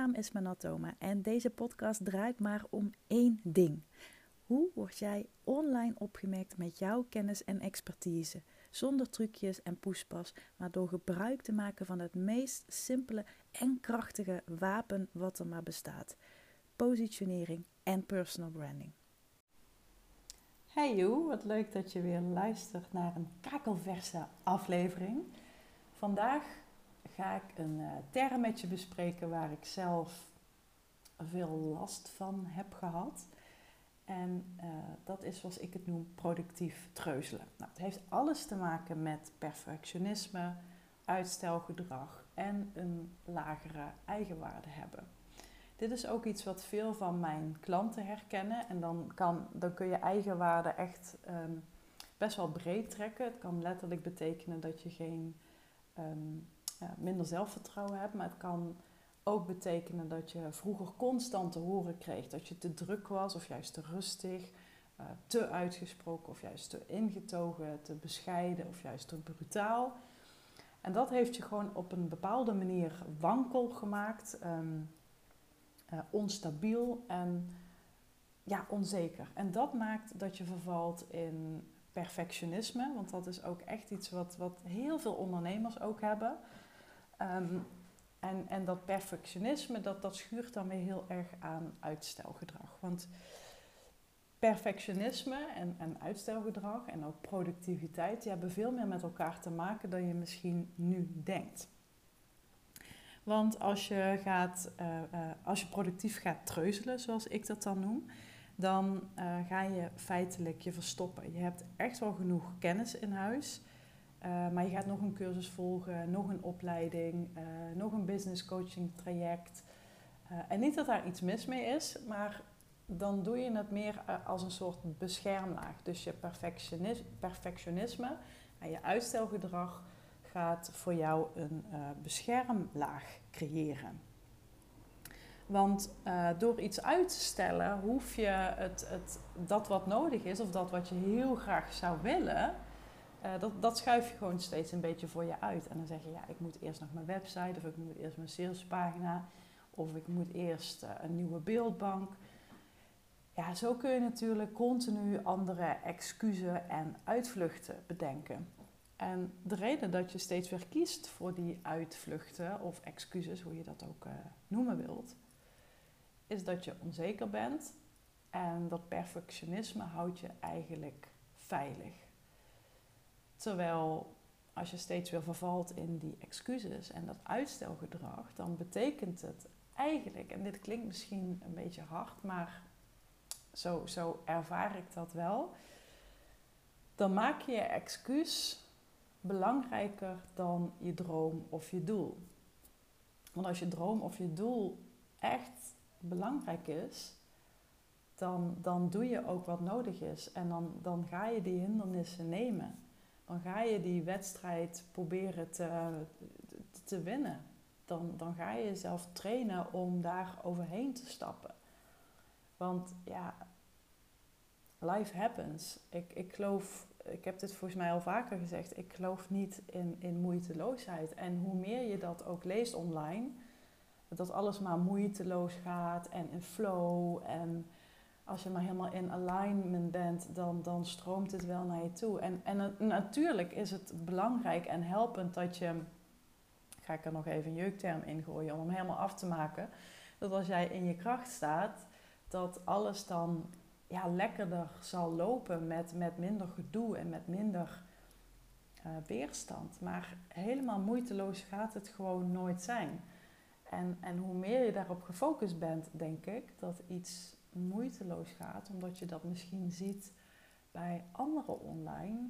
naam is Manatoma en deze podcast draait maar om één ding. Hoe word jij online opgemerkt met jouw kennis en expertise? Zonder trucjes en poespas, maar door gebruik te maken van het meest simpele en krachtige wapen wat er maar bestaat. Positionering en personal branding. Hey joe, wat leuk dat je weer luistert naar een kakelverse aflevering. Vandaag ga ik een term met je bespreken waar ik zelf veel last van heb gehad. En dat is zoals ik het noem productief treuzelen. Nou, het heeft alles te maken met perfectionisme, uitstelgedrag en een lagere eigenwaarde hebben. Dit is ook iets wat veel van mijn klanten herkennen. En dan kun je eigenwaarde echt best wel breed trekken. Het kan letterlijk betekenen dat je minder zelfvertrouwen hebt. Maar het kan ook betekenen dat je vroeger constant te horen kreeg dat je te druk was of juist te rustig, te uitgesproken of juist te ingetogen, te bescheiden of juist te brutaal. En dat heeft je gewoon op een bepaalde manier wankel gemaakt, onstabiel en onzeker. En dat maakt dat je vervalt in perfectionisme, want dat is ook echt iets wat heel veel ondernemers ook hebben. En dat perfectionisme, dat schuurt dan weer heel erg aan uitstelgedrag. Want perfectionisme en uitstelgedrag en ook productiviteit, die hebben veel meer met elkaar te maken dan je misschien nu denkt. Want als je productief gaat treuzelen, zoals ik dat dan noem, dan ga je feitelijk je verstoppen. Je hebt echt wel genoeg kennis in huis, maar je gaat nog een cursus volgen, nog een opleiding, nog een business coaching traject. En niet dat daar iets mis mee is, maar dan doe je het meer als een soort beschermlaag. Dus je perfectionisme en je uitstelgedrag gaat voor jou een beschermlaag creëren. Want door iets uit te stellen, hoef je dat wat nodig is, of dat wat je heel graag zou willen, dat schuif je gewoon steeds een beetje voor je uit. En dan zeg je, ja, ik moet eerst nog mijn website, of ik moet eerst mijn salespagina, of ik moet eerst een nieuwe beeldbank. Ja, zo kun je natuurlijk continu andere excuses en uitvluchten bedenken. En de reden dat je steeds weer kiest voor die uitvluchten of excuses, hoe je dat ook noemen wilt, is dat je onzeker bent en dat perfectionisme houdt je eigenlijk veilig. Terwijl als je steeds weer vervalt in die excuses en dat uitstelgedrag, dan betekent het eigenlijk, en dit klinkt misschien een beetje hard, maar zo ervaar ik dat wel, dan maak je je excuus belangrijker dan je droom of je doel. Want als je droom of je doel echt belangrijk is, dan doe je ook wat nodig is. En dan ga je die hindernissen nemen. Dan ga je die wedstrijd proberen te winnen. Dan ga je jezelf trainen om daar overheen te stappen. Want ja, life happens. Ik geloof, ik heb dit volgens mij al vaker gezegd, ik geloof niet in moeiteloosheid. En hoe meer je dat ook leest online, dat alles maar moeiteloos gaat en in flow. En als je maar helemaal in alignment bent, dan stroomt het wel naar je toe. En natuurlijk is het belangrijk en helpend dat je, ga ik er nog even een jeukterm in gooien om hem helemaal af te maken, dat als jij in je kracht staat, dat alles dan lekkerder zal lopen met minder gedoe en met minder weerstand. Maar helemaal moeiteloos gaat het gewoon nooit zijn. En hoe meer je daarop gefocust bent, denk ik, dat iets moeiteloos gaat, omdat je dat misschien ziet bij anderen online,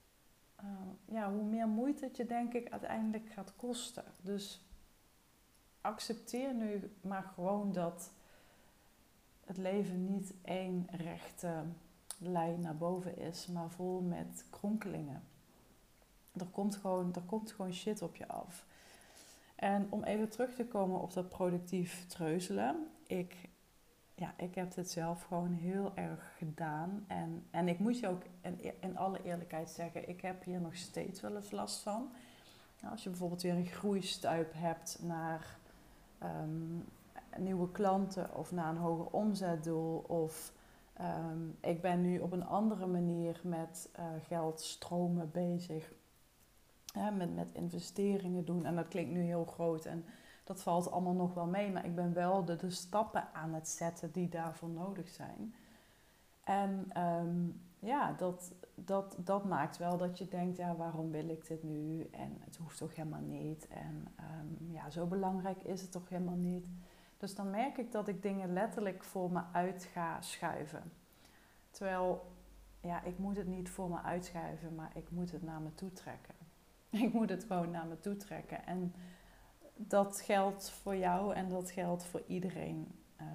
hoe meer moeite het je, denk ik, uiteindelijk gaat kosten. Dus accepteer nu maar gewoon dat het leven niet één rechte lijn naar boven is, maar vol met kronkelingen. Er komt gewoon shit op je af. En om even terug te komen op dat productief treuzelen. Ik heb dit zelf gewoon heel erg gedaan. En ik moet je ook in alle eerlijkheid zeggen, ik heb hier nog steeds wel eens last van. Nou, als je bijvoorbeeld weer een groeistuip hebt naar nieuwe klanten of naar een hoger omzetdoel. Of ik ben nu op een andere manier met geldstromen bezig. Met investeringen doen. En dat klinkt nu heel groot en dat valt allemaal nog wel mee. Maar ik ben wel de stappen aan het zetten die daarvoor nodig zijn. En dat maakt wel dat je denkt, ja, waarom wil ik dit nu? En het hoeft toch helemaal niet. En zo belangrijk is het toch helemaal niet. Dus dan merk ik dat ik dingen letterlijk voor me uit ga schuiven. Terwijl, ja, ik moet het niet voor me uitschuiven, maar ik moet het naar me toe trekken. Ik moet het gewoon naar me toe trekken. En dat geldt voor jou en dat geldt voor iedereen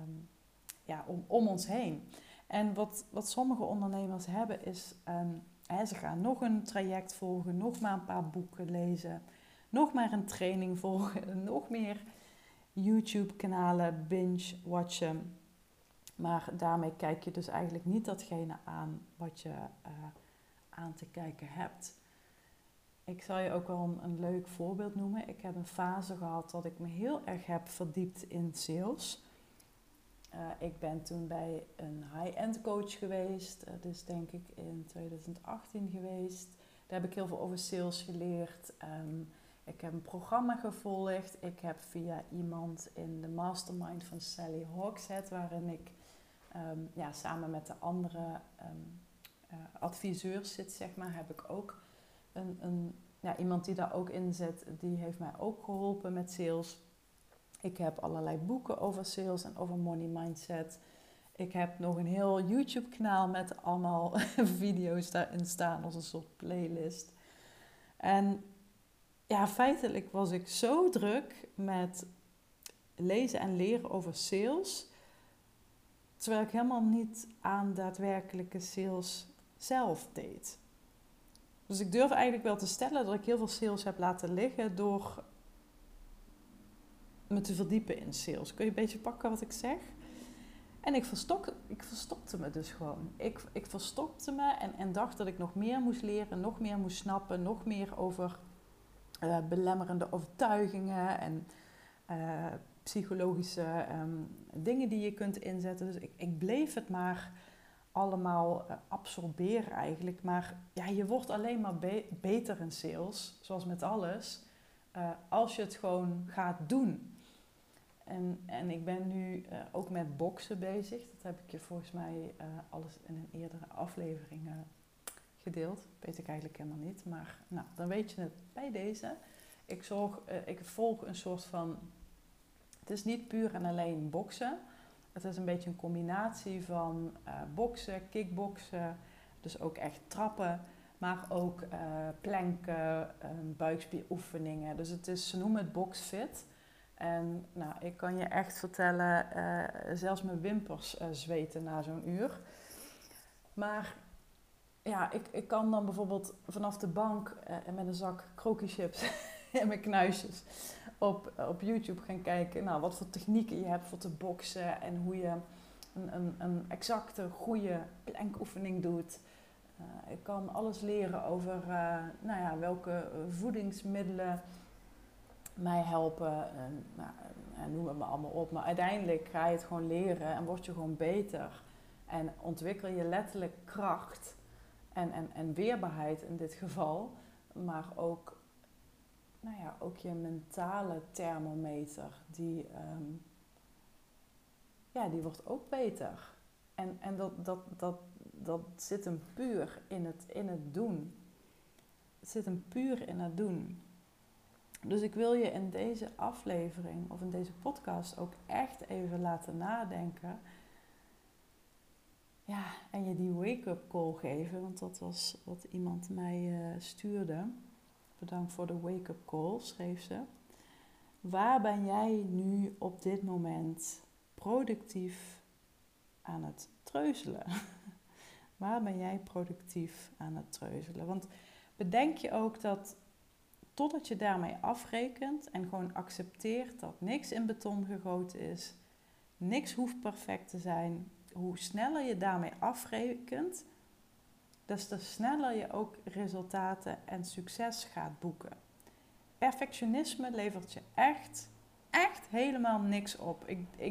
om ons heen. En wat sommige ondernemers hebben is, ze gaan nog een traject volgen, nog maar een paar boeken lezen, nog maar een training volgen, nog meer YouTube-kanalen binge-watchen. Maar daarmee kijk je dus eigenlijk niet datgene aan wat je aan te kijken hebt. Ik zal je ook wel een leuk voorbeeld noemen. Ik heb een fase gehad dat ik me heel erg heb verdiept in sales. Ik ben toen bij een high-end coach geweest. Dat is denk ik in 2018 geweest. Daar heb ik heel veel over sales geleerd. Ik heb een programma gevolgd. Ik heb via iemand in de mastermind van Sally Hogshead, waarin ik samen met de andere adviseurs zit, zeg maar, heb ik ook iemand die daar ook in zit. Die heeft mij ook geholpen met sales. Ik heb allerlei boeken over sales en over money mindset. Ik heb nog een heel YouTube-kanaal met allemaal video's daarin staan als een soort playlist. En ja, feitelijk was ik zo druk met lezen en leren over sales, terwijl ik helemaal niet aan daadwerkelijke sales zelf deed. Dus ik durf eigenlijk wel te stellen dat ik heel veel sales heb laten liggen door me te verdiepen in sales. Kun je een beetje pakken wat ik zeg? En ik verstopte me dus gewoon. Ik verstopte me en dacht dat ik nog meer moest leren, nog meer moest snappen, nog meer over belemmerende overtuigingen en psychologische dingen die je kunt inzetten. Dus ik bleef het maar allemaal absorberen eigenlijk. Maar ja, je wordt alleen maar beter in sales, zoals met alles, als je het gewoon gaat doen. En ik ben nu ook met boksen bezig. Dat heb ik je volgens mij alles in een eerdere aflevering gedeeld. Dat weet ik eigenlijk helemaal niet. Maar nou, dan weet je het bij deze. Ik volg een soort van... Het is niet puur en alleen boksen. Het is een beetje een combinatie van boksen, kickboksen. Dus ook echt trappen. Maar ook planken, buikspieroefeningen. Dus ze noemen het boxfit. En nou, ik kan je echt vertellen, zelfs mijn wimpers zweten na zo'n uur. Maar ja, ik kan dan bijvoorbeeld vanaf de bank met een zak krokichips en mijn knuisjes op YouTube gaan kijken. Nou, wat voor technieken je hebt voor te boksen en hoe je een exacte, goede plankoefening doet. Ik kan alles leren over welke voedingsmiddelen mij helpen. Noem het maar allemaal op. Maar uiteindelijk ga je het gewoon leren en word je gewoon beter. En ontwikkel je letterlijk kracht en weerbaarheid in dit geval. Maar ook, ook je mentale thermometer. Die wordt ook beter. En dat zit hem puur in het doen. Het zit hem puur in het doen. Dus ik wil je in deze aflevering of in deze podcast ook echt even laten nadenken. Ja, en je die wake-up call geven, want dat was wat iemand mij stuurde. Bedankt voor de wake-up call, schreef ze. Waar ben jij nu op dit moment productief aan het treuzelen? Waar ben jij productief aan het treuzelen? Want bedenk je ook dat totdat je daarmee afrekent en gewoon accepteert dat niks in beton gegoten is, niks hoeft perfect te zijn. Hoe sneller je daarmee afrekent, des te sneller je ook resultaten en succes gaat boeken. Perfectionisme levert je echt echt helemaal niks op.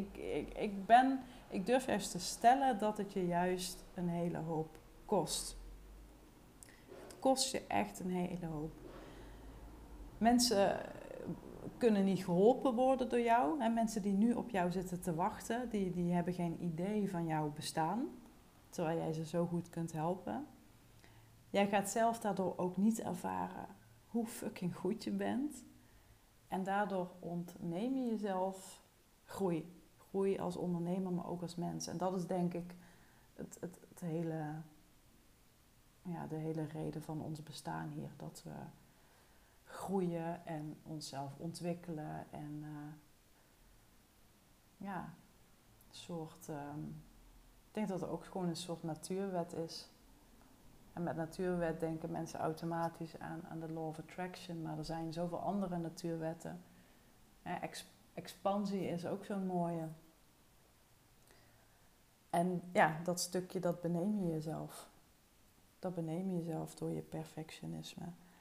Ik durf juist te stellen dat het je juist een hele hoop kost. Het kost je echt een hele hoop. Mensen kunnen niet geholpen worden door jou. Hè? Mensen die nu op jou zitten te wachten, die hebben geen idee van jouw bestaan. Terwijl jij ze zo goed kunt helpen. Jij gaat zelf daardoor ook niet ervaren hoe fucking goed je bent. En daardoor ontneem je jezelf groei. Groei als ondernemer, maar ook als mens. En dat is denk ik het hele, de hele reden van ons bestaan hier. Dat we groeien en onszelf ontwikkelen. En een soort... ik denk dat het ook gewoon een soort natuurwet is. En met natuurwet denken mensen automatisch aan de law of attraction. Maar er zijn zoveel andere natuurwetten. Expansie is ook zo'n mooie. En ja, dat stukje, dat beneem je jezelf. Dat beneem je jezelf door je perfectionisme.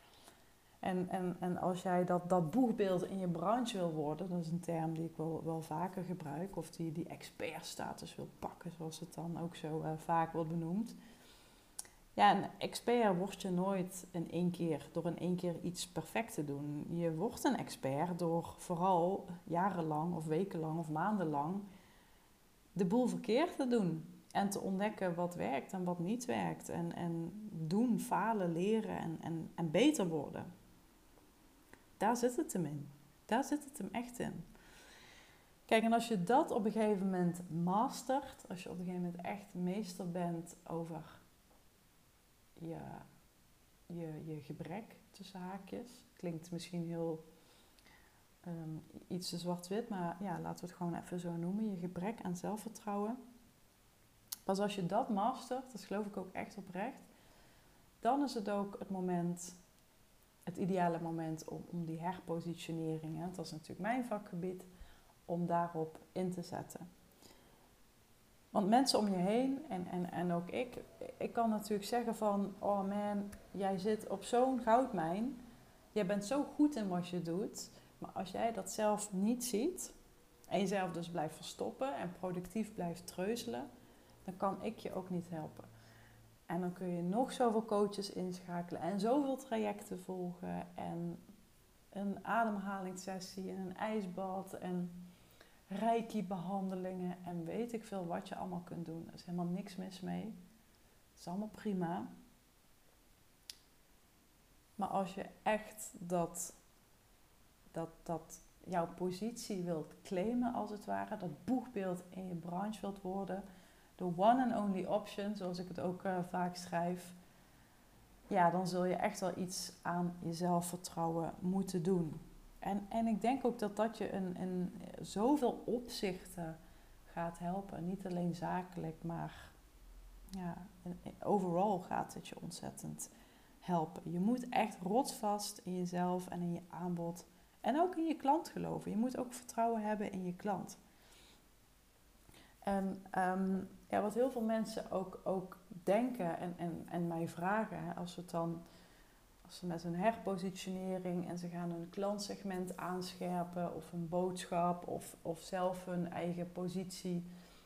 En als jij dat boegbeeld in je branche wil worden, dat is een term die ik wel vaker gebruik, of die expertstatus wil pakken, zoals het dan ook zo vaak wordt benoemd. Ja, een expert word je nooit door in één keer iets perfect te doen. Je wordt een expert door vooral jarenlang of wekenlang of maandenlang de boel verkeerd te doen. En te ontdekken wat werkt en wat niet werkt. En doen, falen, leren en beter worden. Daar zit het hem in. Daar zit het hem echt in. Kijk, en als je dat op een gegeven moment mastert, als je op een gegeven moment echt meester bent over je gebrek, tussen haakjes. Klinkt misschien heel iets te zwart-wit, maar ja, laten we het gewoon even zo noemen. Je gebrek aan zelfvertrouwen. Pas als je dat mastert, dat geloof ik ook echt oprecht, dan is het ook het ideale moment om die herpositionering, hè, dat is natuurlijk mijn vakgebied, om daarop in te zetten. Want mensen om je heen, en ook ik kan natuurlijk zeggen van, oh man, jij zit op zo'n goudmijn, jij bent zo goed in wat je doet, maar als jij dat zelf niet ziet, en jezelf dus blijft verstoppen en productief blijft treuzelen, dan kan ik je ook niet helpen. En dan kun je nog zoveel coaches inschakelen en zoveel trajecten volgen en een ademhalingssessie en een ijsbad en reiki-behandelingen en weet ik veel wat je allemaal kunt doen. Er is helemaal niks mis mee. Het is allemaal prima. Maar als je echt dat jouw positie wilt claimen als het ware, dat boegbeeld in je branche wilt worden, de one and only option, zoals ik het ook vaak schrijf, ja, dan zul je echt wel iets aan je zelfvertrouwen moeten doen. En ik denk ook dat je in zoveel opzichten gaat helpen. Niet alleen zakelijk, maar overal gaat het je ontzettend helpen. Je moet echt rotsvast in jezelf en in je aanbod en ook in je klant geloven. Je moet ook vertrouwen hebben in je klant. En wat heel veel mensen ook denken en mij vragen, hè, als ze met hun herpositionering en ze gaan hun klantsegment aanscherpen of een boodschap of zelf hun eigen positie,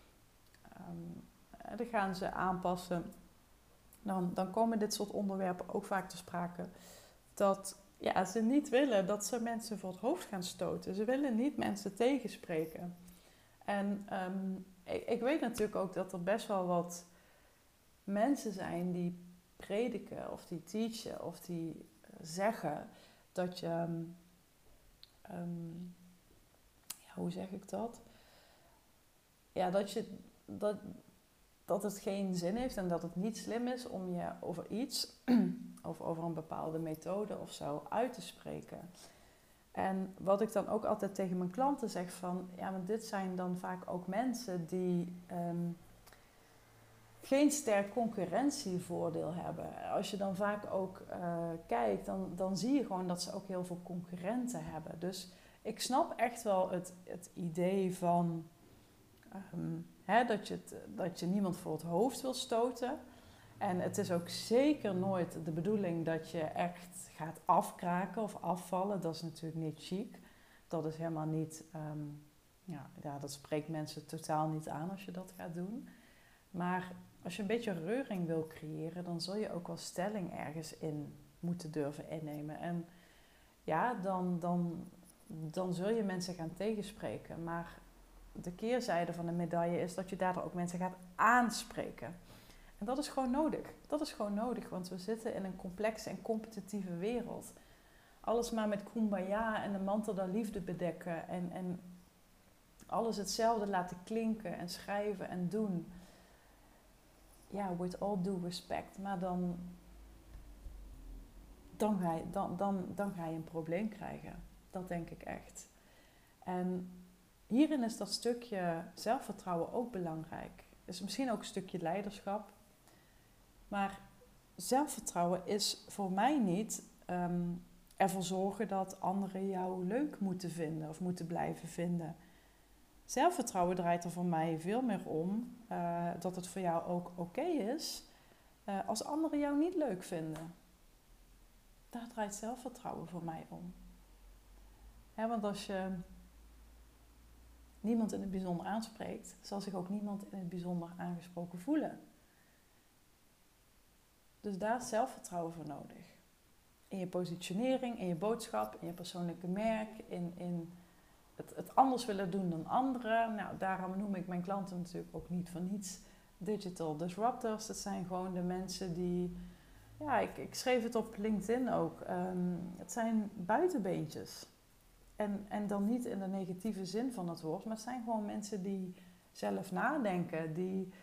dan gaan ze aanpassen. Dan komen dit soort onderwerpen ook vaak te sprake. Dat ze niet willen dat ze mensen voor het hoofd gaan stoten. Ze willen niet mensen tegenspreken. En ik weet natuurlijk ook dat er best wel wat mensen zijn die prediken of die teachen of die zeggen dat je, hoe zeg ik dat? Ja, dat het geen zin heeft en dat het niet slim is om je over iets of over een bepaalde methode of zo uit te spreken. En wat ik dan ook altijd tegen mijn klanten zeg van, ja, maar dit zijn dan vaak ook mensen die geen sterk concurrentievoordeel hebben. Als je dan vaak ook kijkt, dan zie je gewoon dat ze ook heel veel concurrenten hebben. Dus ik snap echt wel het idee van dat je niemand voor het hoofd wil stoten. En het is ook zeker nooit de bedoeling dat je echt gaat afkraken of afvallen. Dat is natuurlijk niet chic. Dat is helemaal niet, dat spreekt mensen totaal niet aan als je dat gaat doen. Maar als je een beetje reuring wil creëren, dan zul je ook wel stelling ergens in moeten durven innemen. En ja, dan zul je mensen gaan tegenspreken. Maar de keerzijde van de medaille is dat je daardoor ook mensen gaat aanspreken. En dat is gewoon nodig. Dat is gewoon nodig, want we zitten in een complexe en competitieve wereld. Alles maar met kumbaya en de mantel der liefde bedekken. En alles hetzelfde laten klinken en schrijven en doen. Ja, with all due respect. Maar dan ga je een probleem krijgen. Dat denk ik echt. En hierin is dat stukje zelfvertrouwen ook belangrijk. Is misschien ook een stukje leiderschap. Maar zelfvertrouwen is voor mij niet ervoor zorgen dat anderen jou leuk moeten vinden of moeten blijven vinden. Zelfvertrouwen draait er voor mij veel meer om dat het voor jou ook oké is als anderen jou niet leuk vinden. Daar draait zelfvertrouwen voor mij om. Want als je niemand in het bijzonder aanspreekt, zal zich ook niemand in het bijzonder aangesproken voelen. Dus daar is zelfvertrouwen voor nodig. In je positionering, in je boodschap, in je persoonlijke merk, in het anders willen doen dan anderen. Nou, daarom noem ik mijn klanten natuurlijk ook niet voor niets digital disruptors. Dat zijn gewoon de mensen die, ja, ik schreef het op LinkedIn ook. Het zijn buitenbeentjes. En dan niet in de negatieve zin van het woord, maar het zijn gewoon mensen die zelf nadenken,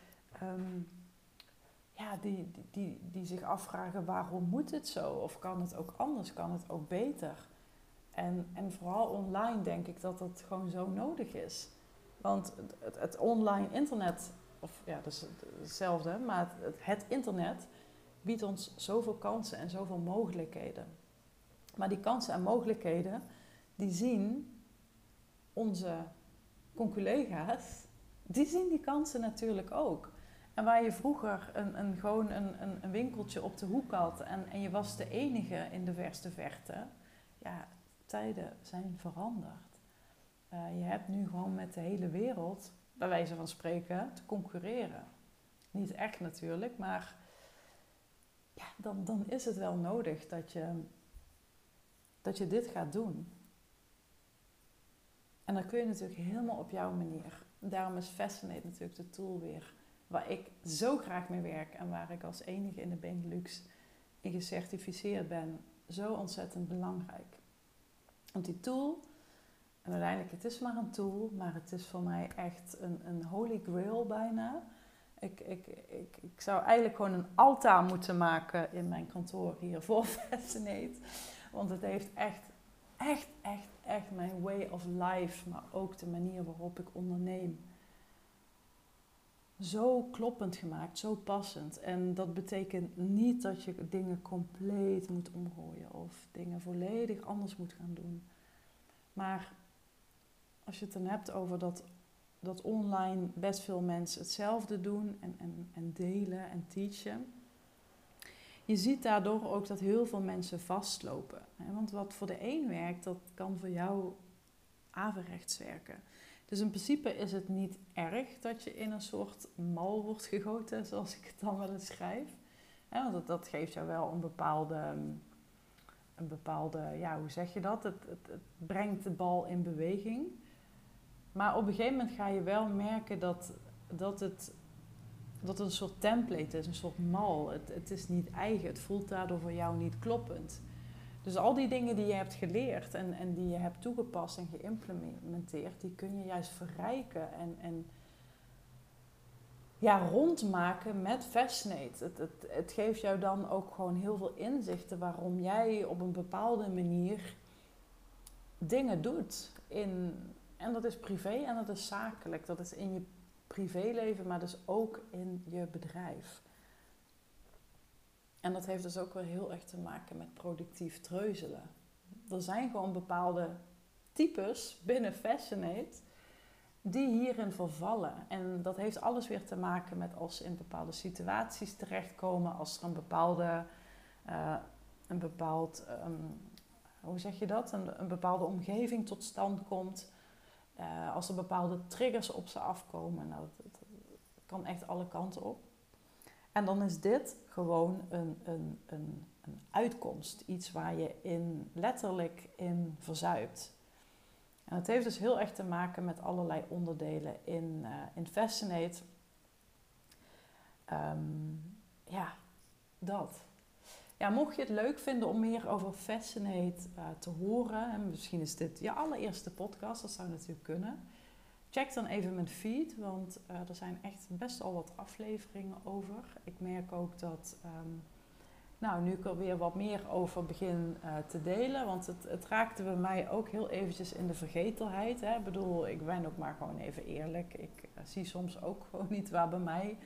die zich afvragen waarom moet het zo? Of kan het ook anders? Kan het ook beter? En vooral online denk ik dat dat gewoon zo nodig is. Want het online internet, of ja, dat is hetzelfde, maar het internet biedt ons zoveel kansen en zoveel mogelijkheden. Maar die kansen en mogelijkheden, die zien onze conculega's, die zien die kansen natuurlijk ook. En waar je vroeger gewoon een winkeltje op de hoek had en je was de enige in de verste verte, ja, tijden zijn veranderd. Je hebt nu gewoon met de hele wereld, bij wijze van spreken, te concurreren. Niet echt natuurlijk, maar ja, dan is het wel nodig dat je dit gaat doen. En dan kun je natuurlijk helemaal op jouw manier. Daarom is Fascinate natuurlijk de tool weer waar ik zo graag mee werk en waar ik als enige in de Benelux in gecertificeerd ben. Zo ontzettend belangrijk. Want die tool, en uiteindelijk het is maar een tool, maar het is voor mij echt een holy grail bijna. Ik zou eigenlijk gewoon een altaar moeten maken in mijn kantoor hier voor Fascinate. Want het heeft echt mijn way of life, maar ook de manier waarop ik onderneem, zo kloppend gemaakt, zo passend. En dat betekent niet dat je dingen compleet moet omgooien of dingen volledig anders moet gaan doen. Maar als je het dan hebt over dat online best veel mensen hetzelfde doen en delen en teachen. Je ziet daardoor ook dat heel veel mensen vastlopen. Want wat voor de een werkt, dat kan voor jou averechts werken. Dus in principe is het niet erg dat je in een soort mal wordt gegoten, zoals ik het dan wel eens schrijf. Want dat geeft jou wel een bepaalde, ja, hoe zeg je dat? Het brengt de bal in beweging. Maar op een gegeven moment ga je wel merken dat het een soort template is, een soort mal. Het is niet eigen, het voelt daardoor voor jou niet kloppend. Dus al die dingen die je hebt geleerd en die je hebt toegepast en geïmplementeerd, die kun je juist verrijken en rondmaken met Fascinate. Het geeft jou dan ook gewoon heel veel inzichten waarom jij op een bepaalde manier dingen doet. En dat is privé en dat is zakelijk. Dat is in je privéleven, maar dus ook in je bedrijf. En dat heeft dus ook weer heel erg te maken met productief treuzelen. Er zijn gewoon bepaalde types binnen Fascinate die hierin vervallen. En dat heeft alles weer te maken met als ze in bepaalde situaties terechtkomen, als er een bepaald hoe zeg je dat? Een bepaalde omgeving tot stand komt. Als er bepaalde triggers op ze afkomen. Nou, dat kan echt alle kanten op. En dan is dit gewoon een uitkomst. Iets waar je letterlijk in verzuipt. En het heeft dus heel erg te maken met allerlei onderdelen in Fascinate. Dat. Ja, mocht je het leuk vinden om meer over Fascinate te horen, en misschien is dit je allereerste podcast, dat zou natuurlijk kunnen. Check dan even mijn feed, want er zijn echt best al wat afleveringen over. Ik merk ook dat, nu ik er weer wat meer over begin te delen, want het raakte bij mij ook heel eventjes in de vergetelheid. Hè. Ik bedoel, ik ben ook maar gewoon even eerlijk. Ik zie soms ook gewoon niet waar bij mij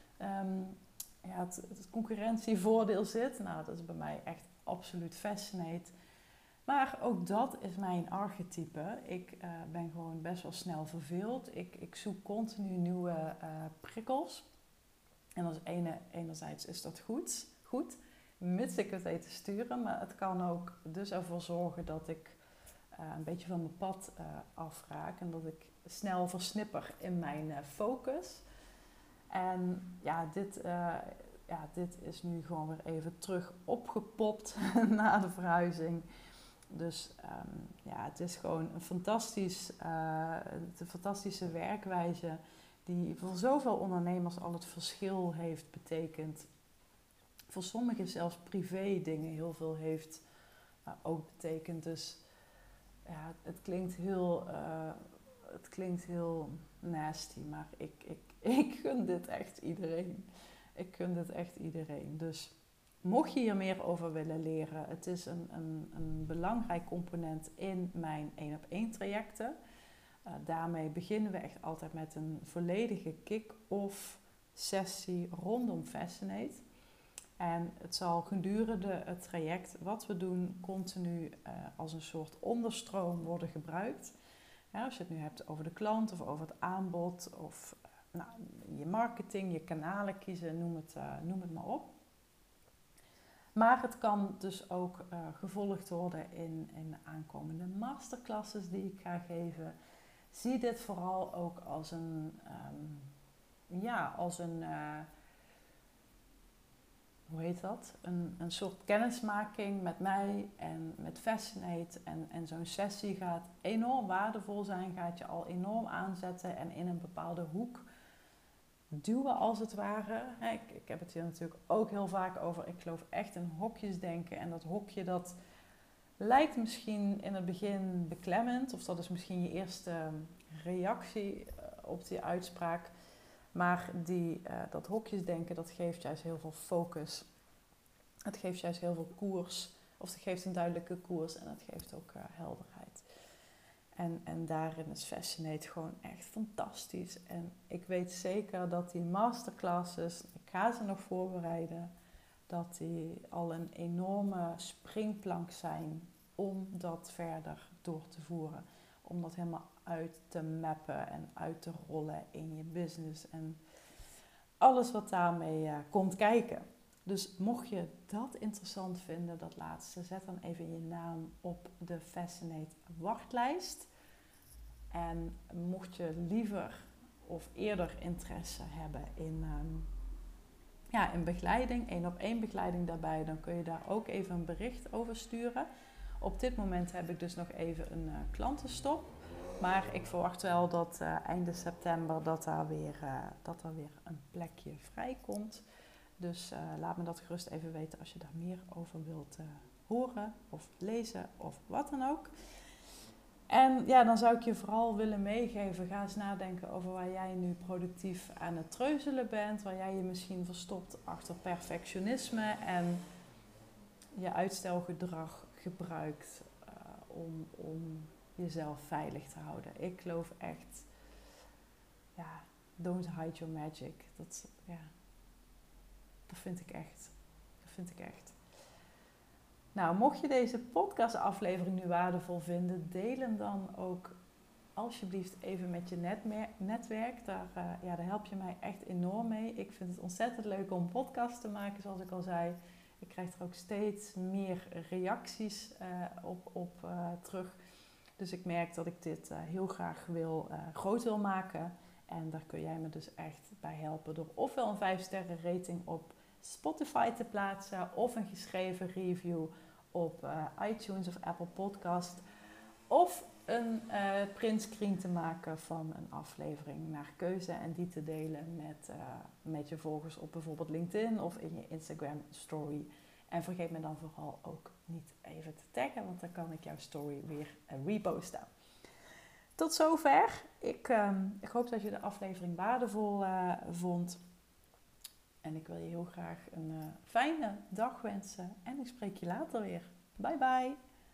het concurrentievoordeel zit. Nou, dat is bij mij echt absoluut Fascinate. Maar ook dat is mijn archetype. Ik ben gewoon best wel snel verveeld. Ik zoek continu nieuwe prikkels. En als enerzijds is dat goed, mits ik het weet te sturen. Maar het kan ook dus ervoor zorgen dat ik een beetje van mijn pad afraak. En dat ik snel versnipper in mijn focus. En dit is nu gewoon weer even terug opgepopt na de verhuizing. Dus het is gewoon een fantastische werkwijze die voor zoveel ondernemers al het verschil heeft betekend. Voor sommigen zelfs privé dingen heel veel heeft ook betekend. Dus ja, het klinkt heel nasty, maar ik gun dit echt iedereen. Ik gun dit echt iedereen. Dus mocht je hier meer over willen leren, het is een belangrijk component in mijn 1-op-1 trajecten. Daarmee beginnen we echt altijd met een volledige kick-off sessie rondom Fascinate. En het zal gedurende het traject wat we doen continu als een soort onderstroom worden gebruikt. Ja, als je het nu hebt over de klant of over het aanbod of je marketing, je kanalen kiezen, noem het maar op. Maar het kan dus ook gevolgd worden in aankomende masterclasses die ik ga geven. Zie dit vooral ook als een een soort kennismaking met mij en met Fascinate. En zo'n sessie gaat enorm waardevol zijn, gaat je al enorm aanzetten en in een bepaalde hoek duwen als het ware. Ik heb het hier natuurlijk ook heel vaak over. Ik geloof echt in hokjesdenken. En dat hokje dat lijkt misschien in het begin beklemmend. Of dat is misschien je eerste reactie op die uitspraak. Maar dat hokjesdenken dat geeft juist heel veel focus. Het geeft juist heel veel koers. Of het geeft een duidelijke koers en het geeft ook helderheid. En daarin is Fascinate gewoon echt fantastisch. En ik weet zeker dat die masterclasses, ik ga ze nog voorbereiden, dat die al een enorme springplank zijn om dat verder door te voeren. Om dat helemaal uit te mappen en uit te rollen in je business en alles wat daarmee komt kijken. Dus mocht je dat interessant vinden, dat laatste, zet dan even je naam op de Fascinate wachtlijst. En mocht je liever of eerder interesse hebben in begeleiding, 1-op-1 begeleiding daarbij, dan kun je daar ook even een bericht over sturen. Op dit moment heb ik dus nog even een klantenstop. Maar ik verwacht wel dat einde september dat er weer een plekje vrijkomt. Dus laat me dat gerust even weten als je daar meer over wilt horen of lezen of wat dan ook. En ja, dan zou ik je vooral willen meegeven, ga eens nadenken over waar jij nu productief aan het treuzelen bent. Waar jij je misschien verstopt achter perfectionisme en je uitstelgedrag gebruikt om jezelf veilig te houden. Ik geloof echt, don't hide your magic. Dat vind ik echt. Dat vind ik echt. Nou, mocht je deze podcastaflevering nu waardevol vinden, deel hem dan ook alsjeblieft even met je netwerk. Daar help je mij echt enorm mee. Ik vind het ontzettend leuk om podcasts te maken, zoals ik al zei. Ik krijg er ook steeds meer reacties op terug. Dus ik merk dat ik dit heel graag groot wil maken. En daar kun jij me dus echt bij helpen door ofwel een 5-sterren rating op Spotify te plaatsen of een geschreven review op iTunes of Apple Podcast. Of een printscreen te maken van een aflevering naar keuze en die te delen met je volgers op bijvoorbeeld LinkedIn of in je Instagram story. En vergeet me dan vooral ook niet even te taggen, want dan kan ik jouw story weer reposten. Tot zover. Ik hoop dat je de aflevering waardevol vond. En ik wil je heel graag een fijne dag wensen. En ik spreek je later weer. Bye bye.